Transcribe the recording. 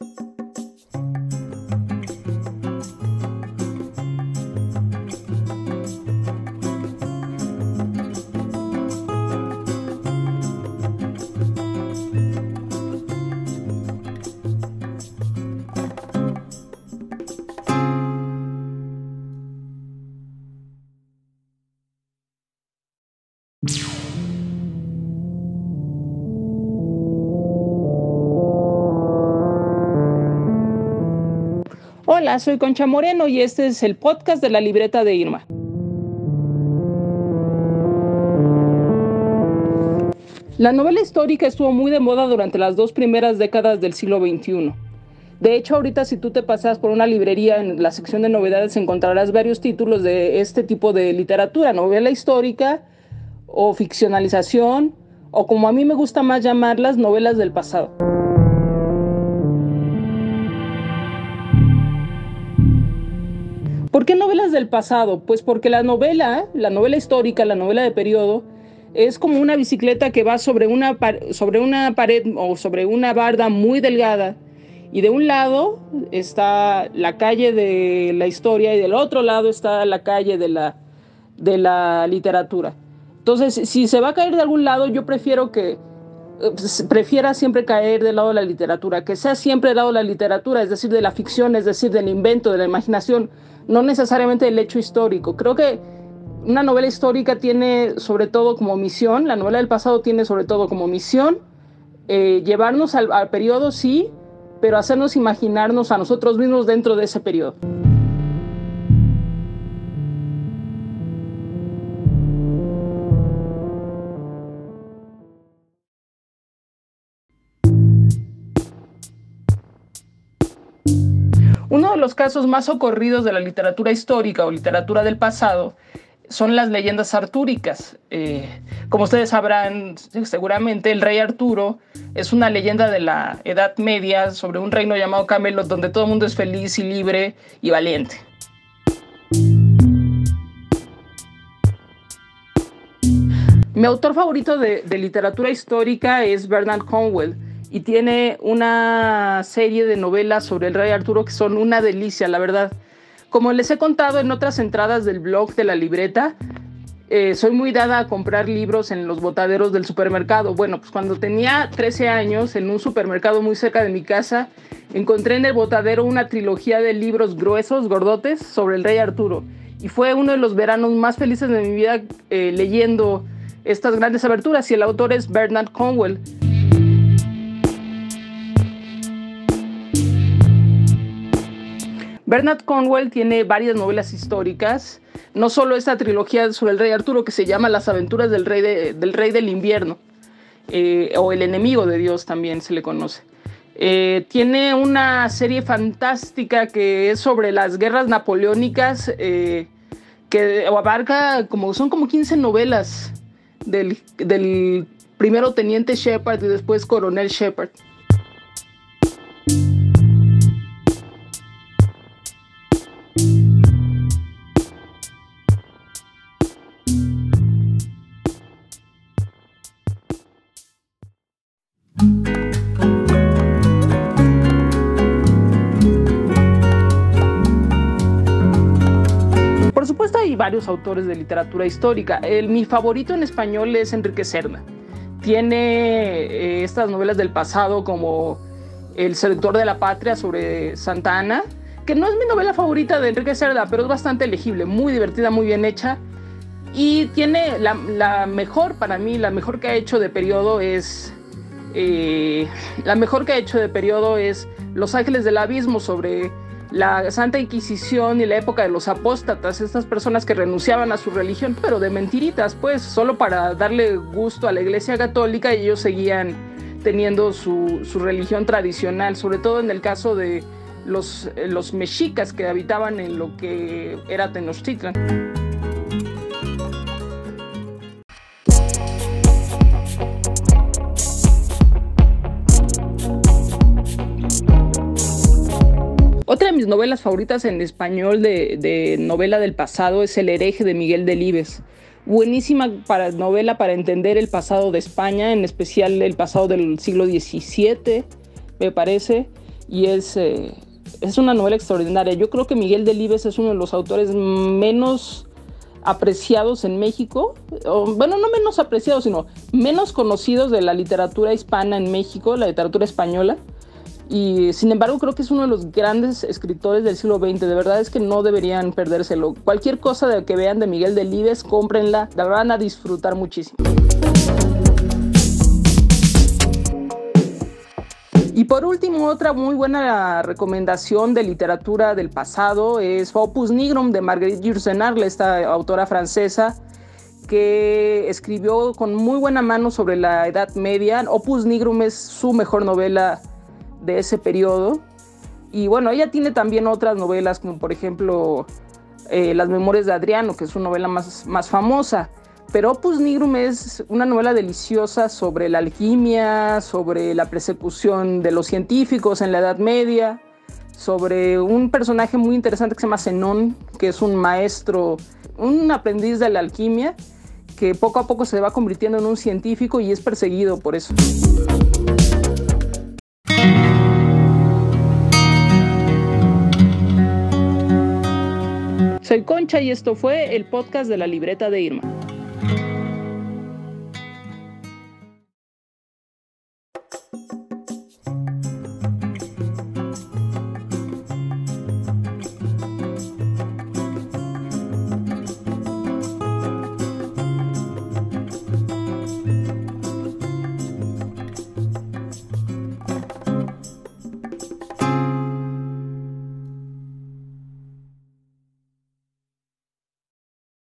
Hola, soy Concha Moreno y este es el podcast de la libreta de Irma. La novela histórica estuvo muy de moda durante las 2 primeras décadas del siglo XXI. De hecho, ahorita si tú te pasas por una librería en la sección de novedades encontrarás varios títulos de este tipo de literatura, novela histórica o ficcionalización, o como a mí me gusta más llamarlas, novelas del pasado. ¿Por qué novelas del pasado? Pues porque la novela histórica, la novela de periodo, es como una bicicleta que va sobre una pared o sobre una barda muy delgada, y de un lado está la calle de la historia y del otro lado está la calle de la literatura. Entonces, si se va a caer de algún lado, yo prefiera siempre caer del lado de la literatura, que sea siempre del lado de la literatura, es decir, de la ficción, es decir, del invento, de la imaginación, no necesariamente del hecho histórico. Creo que una novela histórica tiene sobre todo como misión, la novela del pasado tiene sobre todo como misión llevarnos al periodo, sí, pero hacernos imaginarnos a nosotros mismos dentro de ese periodo. Uno de los casos más socorridos de la literatura histórica o literatura del pasado son las leyendas artúricas. Como ustedes sabrán, seguramente el rey Arturo es una leyenda de la Edad Media sobre un reino llamado Camelot, donde todo el mundo es feliz y libre y valiente. Mi autor favorito de literatura histórica es Bernard Cornwell, y tiene una serie de novelas sobre el rey Arturo que son una delicia, la verdad. Como les he contado en otras entradas del blog de la libreta, soy muy dada a comprar libros en los botaderos del supermercado. Bueno, pues cuando tenía 13 años, en un supermercado muy cerca de mi casa, encontré en el botadero una trilogía de libros gruesos, gordotes, sobre el rey Arturo. Y fue uno de los veranos más felices de mi vida leyendo estas grandes aventuras, y el autor es Bernard Cornwell. Bernard Cornwell tiene varias novelas históricas, no solo esta trilogía sobre el rey Arturo que se llama Las aventuras del rey del invierno, o El enemigo de Dios también se le conoce. Tiene una serie fantástica que es sobre las guerras napoleónicas, que abarca son como 15 novelas del primero teniente Shepard y después coronel Shepard. Por supuesto hay varios autores de literatura histórica. Mi favorito en español es Enrique Cerna. Tiene estas novelas del pasado como El seductor de la patria sobre Santa Anna, que no es mi novela favorita de Enrique Cerna, pero es bastante legible, muy divertida, muy bien hecha. Y tiene la mejor, para mí, la mejor que ha hecho de periodo es Los ángeles del abismo, sobre la Santa Inquisición y la época de los apóstatas, estas personas que renunciaban a su religión, pero de mentiritas, pues, solo para darle gusto a la Iglesia Católica, y ellos seguían teniendo su religión tradicional, sobre todo en el caso de los mexicas que habitaban en lo que era Tenochtitlan. Otra de mis novelas favoritas en español de novela del pasado es El hereje de Miguel Delibes. Buenísima novela para entender el pasado de España, en especial el pasado del siglo XVII, me parece. y es una novela extraordinaria. Yo creo que Miguel Delibes es uno de los autores menos apreciados en México, bueno, no menos apreciados, sino menos conocidos de la literatura hispana en México, la literatura española, y sin embargo creo que es uno de los grandes escritores del siglo XX. De verdad es que no deberían perdérselo. Cualquier cosa que vean de Miguel Delibes, cómprenla, la van a disfrutar muchísimo. Y por último, otra muy buena recomendación de literatura del pasado es Opus Nigrum de Marguerite Yourcenar, esta autora francesa que escribió con muy buena mano sobre la Edad Media. Opus Nigrum es su mejor novela de ese periodo. Y bueno, ella tiene también otras novelas, como por ejemplo Las Memorias de Adriano, que es su novela más famosa. Pero Opus Nigrum es una novela deliciosa sobre la alquimia, sobre la persecución de los científicos en la Edad Media, sobre un personaje muy interesante que se llama Zenón, que es un maestro, un aprendiz de la alquimia, que poco a poco se va convirtiendo en un científico y es perseguido por eso. Soy Concha y esto fue el podcast de la libreta de Irma.